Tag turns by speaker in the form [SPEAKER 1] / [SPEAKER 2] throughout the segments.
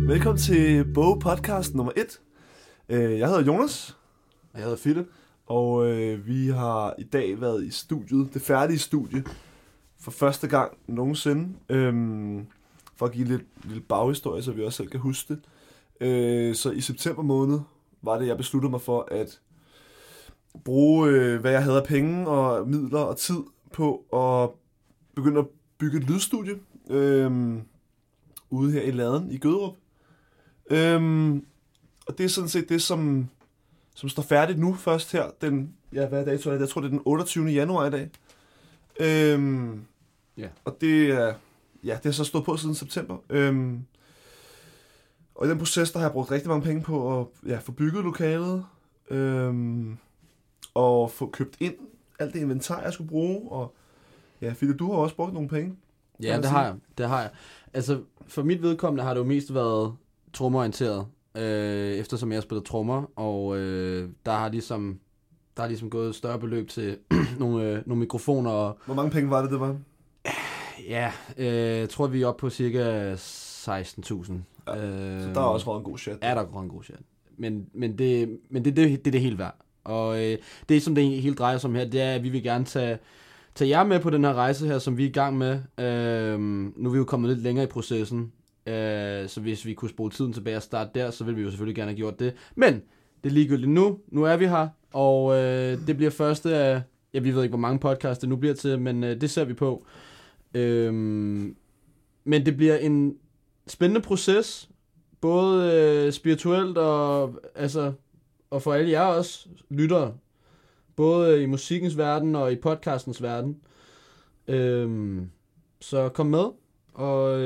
[SPEAKER 1] Velkommen til Bog Podcast nummer 1. Jeg hedder Jonas.
[SPEAKER 2] Jeg hedder Philip.
[SPEAKER 1] Og vi har i dag været i studiet, det færdige studie, for første gang nogensinde. For at give lidt baghistorie, så vi også selv kan huske det. Så i september måned var det, jeg besluttede mig for at bruge, hvad jeg havde af penge og midler og tid på at begynde at bygge et lydstudie ude her i Laden i Gøderup. Og det er sådan set det, som står færdigt nu først her. Hvad er dato? Jeg tror, det er den 28. januar i dag. Og det har så stået på siden september. Og i den proces, der har jeg brugt rigtig mange penge på at få bygget lokalet. Og få købt ind alt det inventar, jeg skulle bruge. Og ja, Philip, du har også brugt nogle penge.
[SPEAKER 2] Ja, det har jeg. Altså, for mit vedkommende har det jo mest været trommeorienteret, eftersom jeg spiller trommer, og der har ligesom gået et større beløb til nogle mikrofoner. Og
[SPEAKER 1] hvor mange penge var det var?
[SPEAKER 2] Ja, jeg tror, vi er oppe på cirka 16.000.
[SPEAKER 1] Ja, så der er også råd en god chat.
[SPEAKER 2] Ja, der er råd en god chat. Men det er det helt værd. Og det, som det hele drejer sig om her, det er, at vi vil gerne tage jer med på den her rejse her, som vi er i gang med. Nu er vi jo kommet lidt længere i processen, så hvis vi kunne spole tiden tilbage og starte der, så ville vi jo selvfølgelig gerne have gjort det. Men det er ligegyldigt nu. Nu er vi her, og det bliver første af, vi ved ikke, hvor mange podcasts det nu bliver til, men det ser vi på. Men det bliver en spændende proces, både spirituelt og for alle jer også lyttere. Både i musikkens verden og i podcastens verden. Så kom med. Og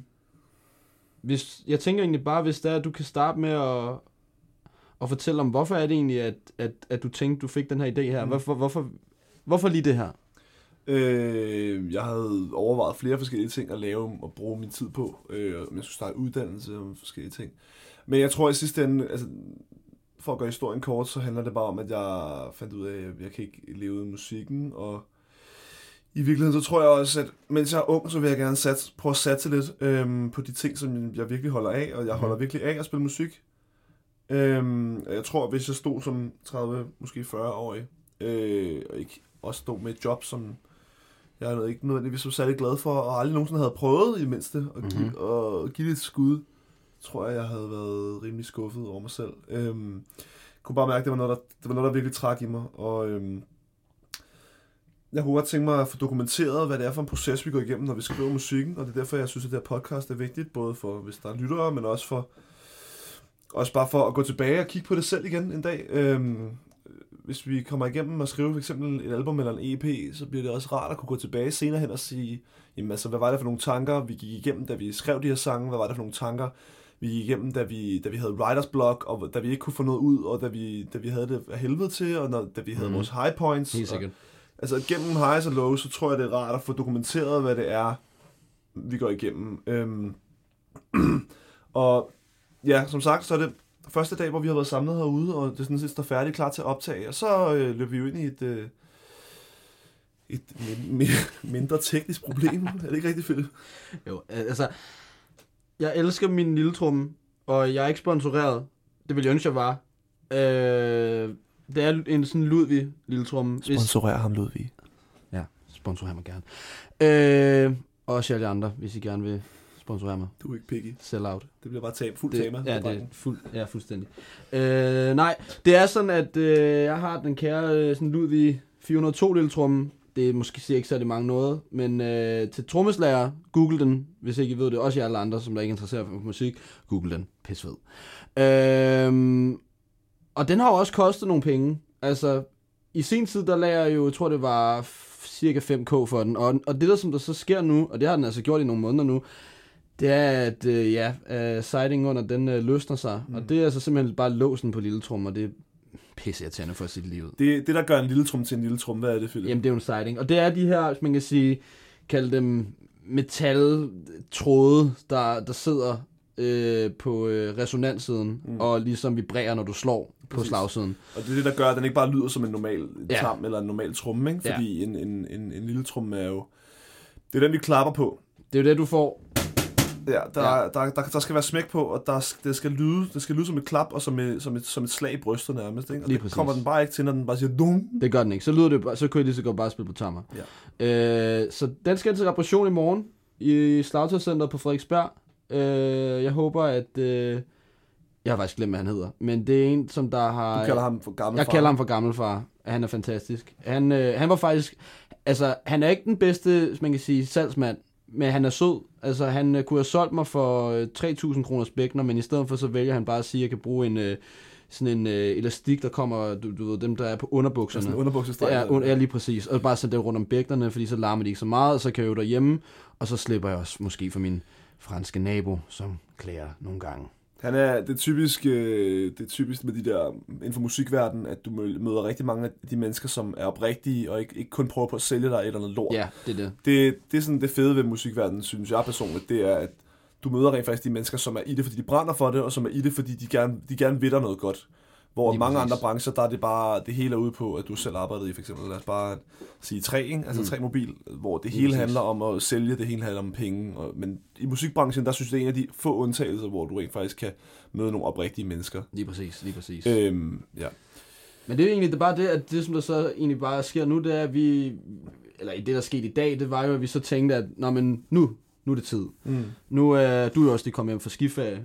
[SPEAKER 2] jeg tænker egentlig bare, hvis det er, at du kan starte med at fortælle om, hvorfor er det egentlig, at du tænkte, du fik den her idé her. Hvorfor lige det her?
[SPEAKER 1] Jeg havde overvejet flere forskellige ting at lave og bruge min tid på. Om jeg skulle starte uddannelse og forskellige ting. Men jeg tror i sidste ende, altså, for at gøre historien kort, så handler det bare om, at jeg fandt ud af, at jeg kan ikke leve uden musikken, og i virkeligheden så tror jeg også, at mens jeg er ung, så vil jeg gerne prøve at satse lidt på de ting, som jeg virkelig holder af, og jeg holder virkelig af at spille musik. Jeg tror, hvis jeg stod som 30, måske 40-årig, og ikke også stod med et job, som jeg ikke nødvendigvis var særlig glad for, og aldrig nogensinde havde prøvet i det mindste, at give det et skud, tror jeg havde været rimelig skuffet over mig selv. Kunne bare mærke, at det var noget, der virkelig trak i mig, og jeg kunne godt tænke mig at få dokumenteret, hvad det er for en proces, vi går igennem, når vi skriver musikken, og det er derfor, jeg synes, at det her podcast er vigtigt, både for, hvis der er lyttere, men også bare for at gå tilbage og kigge på det selv igen en dag. Hvis vi kommer igennem og skrive for eksempel et album eller en EP, så bliver det også rart at kunne gå tilbage senere hen og sige, jamen altså, hvad var det for nogle tanker, vi gik igennem, da vi skrev de her sange, hvad var det for nogle tanker, vi gik igennem, da vi havde writers block, og da vi ikke kunne få noget ud, og da vi havde det af helvede til, og da vi havde vores high points.
[SPEAKER 2] Helt sikkert.
[SPEAKER 1] Altså gennem highs og lows, så tror jeg, det er rart at få dokumenteret, hvad det er, vi går igennem. Og ja, som sagt, så er det første dag, hvor vi har været samlet herude, og det sådan set står færdigt, klar til at optage, og så løber vi jo ind i et mindre teknisk problem. Er det ikke rigtigt, Philip?
[SPEAKER 2] Jo, altså, jeg elsker min lille tromme, og jeg er ikke sponsoreret. Det ville jeg ønske, jeg var. Det er en sådan Ludvig lille tromme.
[SPEAKER 1] Sponsorer ham, Ludvig.
[SPEAKER 2] Ja, sponsorer mig gerne. Og også alle andre, hvis I gerne vil sponsorere mig.
[SPEAKER 1] Du er ikke picky.
[SPEAKER 2] Sell out.
[SPEAKER 1] Det bliver bare fuld tema.
[SPEAKER 2] Ja, det er fuldstændig. Nej, det er sådan, at jeg har den kære sådan Ludvig 402 lille tromme. Det måske siger ikke særlig mange noget, men til trommeslager, google den, hvis ikke I ved det. Også jer alle andre, som der ikke interesserer for musik, google den. Pissfed. Og den har jo også kostet nogle penge. Altså, i sin tid, der lagde jeg jo, jeg tror det var cirka 5k for den. Og det der, som der så sker nu, og det har den altså gjort i nogle måneder nu, det er, at sidingen under, den løsner sig. Og det er altså simpelthen bare låsen på lille trum, og det er pisseirriterende for sit liv.
[SPEAKER 1] Det, der gør en lille trum til en lille trum, hvad er det, Philip?
[SPEAKER 2] Jamen, det er jo en siding. Og det er de her, man kan sige, kalde dem metaltråde, der sidder på resonanssiden, og ligesom vibrerer, når du slår på slagsiden.
[SPEAKER 1] Og det er det, der gør, at den ikke bare lyder som en normal tam eller en normal tromme, ikke? Fordi en lille tromme er jo... Det er den, vi klapper på.
[SPEAKER 2] Det er jo det, du får.
[SPEAKER 1] Ja, der skal være smæk på, og det skal lyde som et klap, og som et slag i brystet nærmest. Ikke? Og det kommer den bare ikke til, når den bare siger dum.
[SPEAKER 2] Det gør den ikke. Så lyder det, så kunne jeg lige så godt bare spille på tammer. Ja. Så den skal til reparation i morgen i Slagtøjscenteret på Frederiksberg. Jeg håber, at... jeg har faktisk glemt, hvad han hedder. Men det er en, som der har...
[SPEAKER 1] Du kalder ham for gammelfar?
[SPEAKER 2] Jeg kalder ham for gammelfar. Han er fantastisk. Han var faktisk... Altså, han er ikke den bedste, man kan sige, salgsmand, men han er sød. Altså, han kunne have solgt mig for 3.000 kroners bækkener, men i stedet for, så vælger han bare at sige, at jeg kan bruge sådan en elastik, der kommer, du ved, dem der er på underbukserne.
[SPEAKER 1] Sådan en underbuksestreg.
[SPEAKER 2] Ja, lige præcis. Og bare sætte det rundt om bækkenerne, fordi så larmer de ikke så meget, og så kan jeg jo derhjemme, og så slipper jeg også måske for min franske nabo, som klager nogle gange.
[SPEAKER 1] Det er typisk med de der inden for musikverdenen, at du møder rigtig mange af de mennesker, som er oprigtige, og ikke kun prøver på at sælge dig et eller andet lort.
[SPEAKER 2] Ja, det er det.
[SPEAKER 1] Det er sådan det fede ved musikverdenen, synes jeg personligt, det er, at du møder rent faktisk de mennesker, som er i det, fordi de brænder for det, og som er i det, fordi de gerne vil dig noget godt. Hvor i mange andre brancher, der er det bare, det hele er ude på, at du selv arbejder i, for eksempel. Lad os bare sige 3, ikke? Altså 3 mobil, hvor det hele handler om at sælge, det hele handler om penge. Men i musikbranchen, der synes jeg, det er en af de få undtagelser, hvor du rent faktisk kan møde nogle oprigtige mennesker.
[SPEAKER 2] Lige præcis.
[SPEAKER 1] Ja.
[SPEAKER 2] Men det er egentlig bare det, at det, som der så egentlig bare sker nu, det er, at eller det, der skete i dag, det var jo, at vi så tænkte, at nu er det tid. Nu er du jo også lige kommet hjem fra skiferie.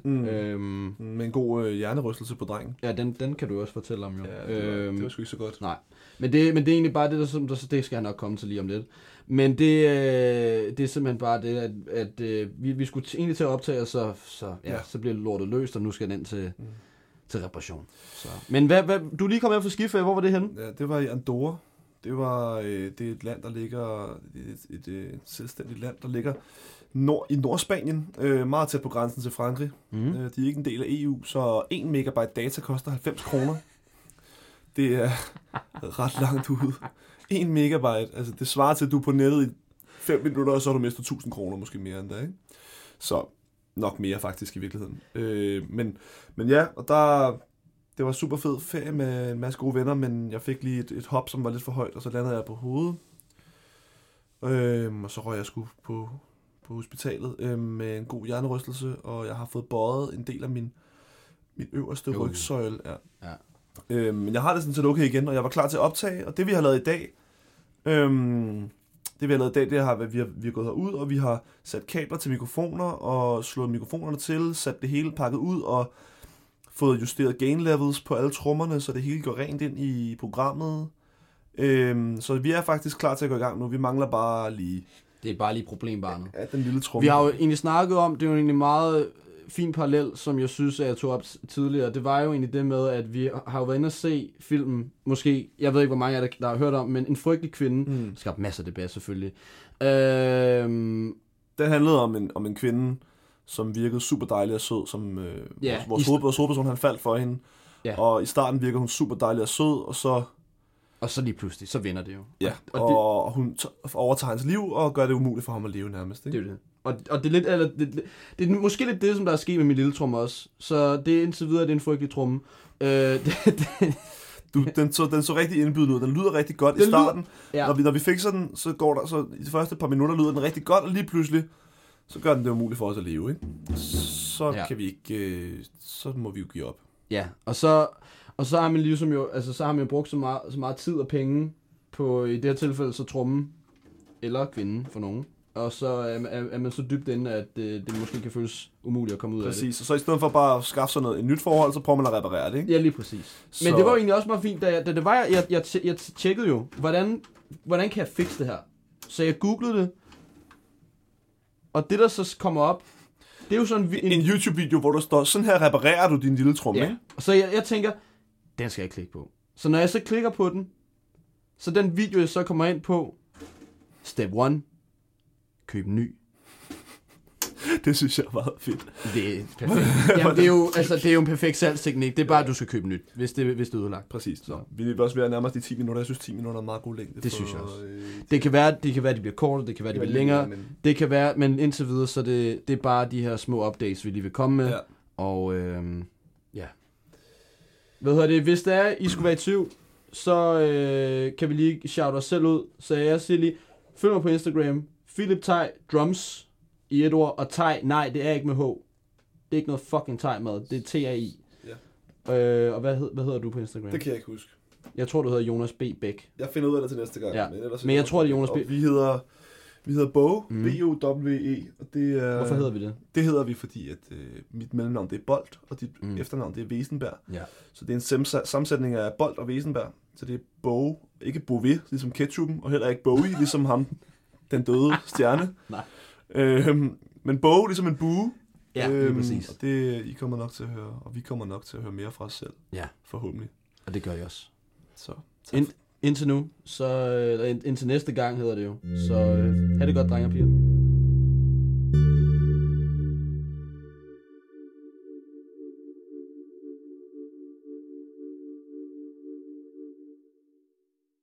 [SPEAKER 1] Med en god hjernerystelse på drengen.
[SPEAKER 2] Ja, den kan du også fortælle om jo.
[SPEAKER 1] Ja, det var sgu ikke så godt.
[SPEAKER 2] Nej, men det er egentlig bare det, det skal jeg nok komme til lige om lidt. Men det er simpelthen bare det, at vi skulle egentlig til at optage, og så bliver lortet løst, og nu skal den ind til reparation. Så. Men du er lige kommet hjem fra skiferie, hvor var det henne?
[SPEAKER 1] Ja, det var i Andorra. Det er et land, der ligger et selvstændigt land, der ligger i Nordspanien, meget tæt på grænsen til Frankrig. De er ikke en del af EU, så 1 megabyte data koster 90 kroner. Det er ret langt ude. 1 megabyte, altså det svarer til, at du er på nettet i 5 minutter, og så har du mistet 1000 kroner, måske mere end det, ikke? Så nok mere faktisk i virkeligheden. Men ja, og det var super fed ferie med en masse gode venner, men jeg fik lige et hop, som var lidt for højt, og så landede jeg på hovedet. Og så røg jeg sgu på hospitalet med en god hjernerystelse, og jeg har fået bøjet en del af min øverste rygsøjle. Ja. Men jeg har det sådan set okay igen, og jeg var klar til at optage, og det vi har lavet i dag, det har vi har gået herud, og vi har sat kabler til mikrofoner, og slået mikrofonerne til, sat det hele pakket ud, og fået justeret gain levels på alle trommerne, så det hele går rent ind i programmet. Så vi er faktisk klar til at gå i gang nu. Vi mangler bare lige...
[SPEAKER 2] Det er bare lige problembarnet.
[SPEAKER 1] Ja, den lille tromme.
[SPEAKER 2] Vi har jo egentlig snakket om, det er jo egentlig meget fin parallel, som jeg synes, at jeg tog op tidligere. Det var jo egentlig det med, at vi har jo været inde og se filmen, måske, jeg ved ikke, hvor mange af jer, der har hørt om, men En frygtelig kvinde. Det skabte masser af debat, selvfølgelig.
[SPEAKER 1] Den handlede om en kvinde, som virkede super dejlig og sød, som vores hovedperson, han faldt for hende. Ja. Og i starten virker hun super dejlig og sød, og så
[SPEAKER 2] lige pludselig, så vinder det jo.
[SPEAKER 1] Ja, og hun overtager hans liv og gør det umuligt for ham at leve nærmest. Ikke?
[SPEAKER 2] Det er det. Og det er lidt, det er måske lidt det, som der er sket med min lille tromme også. Så det er indtil videre, det er en frygtelig tromme.
[SPEAKER 1] Den så rigtig indbydende ud. Den lyder rigtig godt i starten. Når vi fikser den, så går der så i de første par minutter lyder den rigtig godt, og lige pludselig så gør den det umuligt for os at leve, ikke? Så kan vi ikke, så må vi jo give op.
[SPEAKER 2] Ja, og så har man ligesom jo, altså så har man jo brugt så meget tid og penge på, i det her tilfælde, så trommen, eller kvinden for nogen. Og så er man så dybt inde, at det måske kan føles umuligt at komme ud af det.
[SPEAKER 1] Præcis, og så i stedet for bare at skaffe sig et nyt forhold, så prøver man at reparere det, ikke?
[SPEAKER 2] Ja, lige præcis. Så... Men det var jo egentlig også meget fint, da det var, jeg tjekkede jo, hvordan kan jeg fikse det her? Så jeg googlede det, og det der så kommer op, det er jo sådan
[SPEAKER 1] en YouTube-video, hvor der står, sådan her reparerer du din lille tromme, ikke?
[SPEAKER 2] Og så jeg tænker, den skal jeg klikke på. Så når jeg så klikker på den, så den video, jeg så kommer ind på, step 1, køb en ny.
[SPEAKER 1] Det synes jeg er meget fedt.
[SPEAKER 2] Det er perfekt. Jamen, det er jo en perfekt salgsteknik. Det er bare, at du skal købe nyt, hvis det er ødelagt.
[SPEAKER 1] Præcis. Så. Vi vil også være nærmest i 10 minutter. Jeg synes, 10 minutter er en meget god længde.
[SPEAKER 2] Det synes jeg også. Det kan være, at de bliver kortere, det kan være, at de bliver længere. Det kan være, men indtil videre, så det er bare de her små updates, vi lige vil komme med. Ja. Og ja. Hvad hedder det? Hvis det er, I skulle være i tvivl, så kan vi lige shout os selv ud. Så jeg siger lige, følg mig på Instagram, Philip Thaj Drums, i et ord. Og thai, nej, det er ikke med H. Det er ikke noget fucking thai-mad. Det er T-A-I.
[SPEAKER 1] Ja.
[SPEAKER 2] Og hvad hedder du på Instagram?
[SPEAKER 1] Det kan jeg ikke huske.
[SPEAKER 2] Jeg tror, du hedder Jonas B. Bæk.
[SPEAKER 1] Jeg finder ud af det til næste gang.
[SPEAKER 2] Ja. Men jeg tror, det er Jonas B.
[SPEAKER 1] Vi hedder Bowe, B-O-W-E, og det er...
[SPEAKER 2] Hvorfor hedder vi det?
[SPEAKER 1] Det hedder vi, fordi at mit mellemnavn det er Bolt, og dit efternavn det er Wesenberg.
[SPEAKER 2] Ja.
[SPEAKER 1] Så det er en sammensætning af Bolt og Wesenberg. Så det er Bowe, ikke Bové, ligesom ketchupen, og heller ikke Bowie, ligesom ham, den døde stjerne.
[SPEAKER 2] Nej.
[SPEAKER 1] Men Bowe, ligesom en bue.
[SPEAKER 2] Ja, lige præcis.
[SPEAKER 1] Og det I kommer nok til at høre, og vi kommer nok til at høre mere fra os selv.
[SPEAKER 2] Ja.
[SPEAKER 1] Forhåbentlig.
[SPEAKER 2] Og det gør jeg også.
[SPEAKER 1] Så
[SPEAKER 2] Indtil nu, så indtil næste gang hedder det jo. Så have det godt, drenge og piger.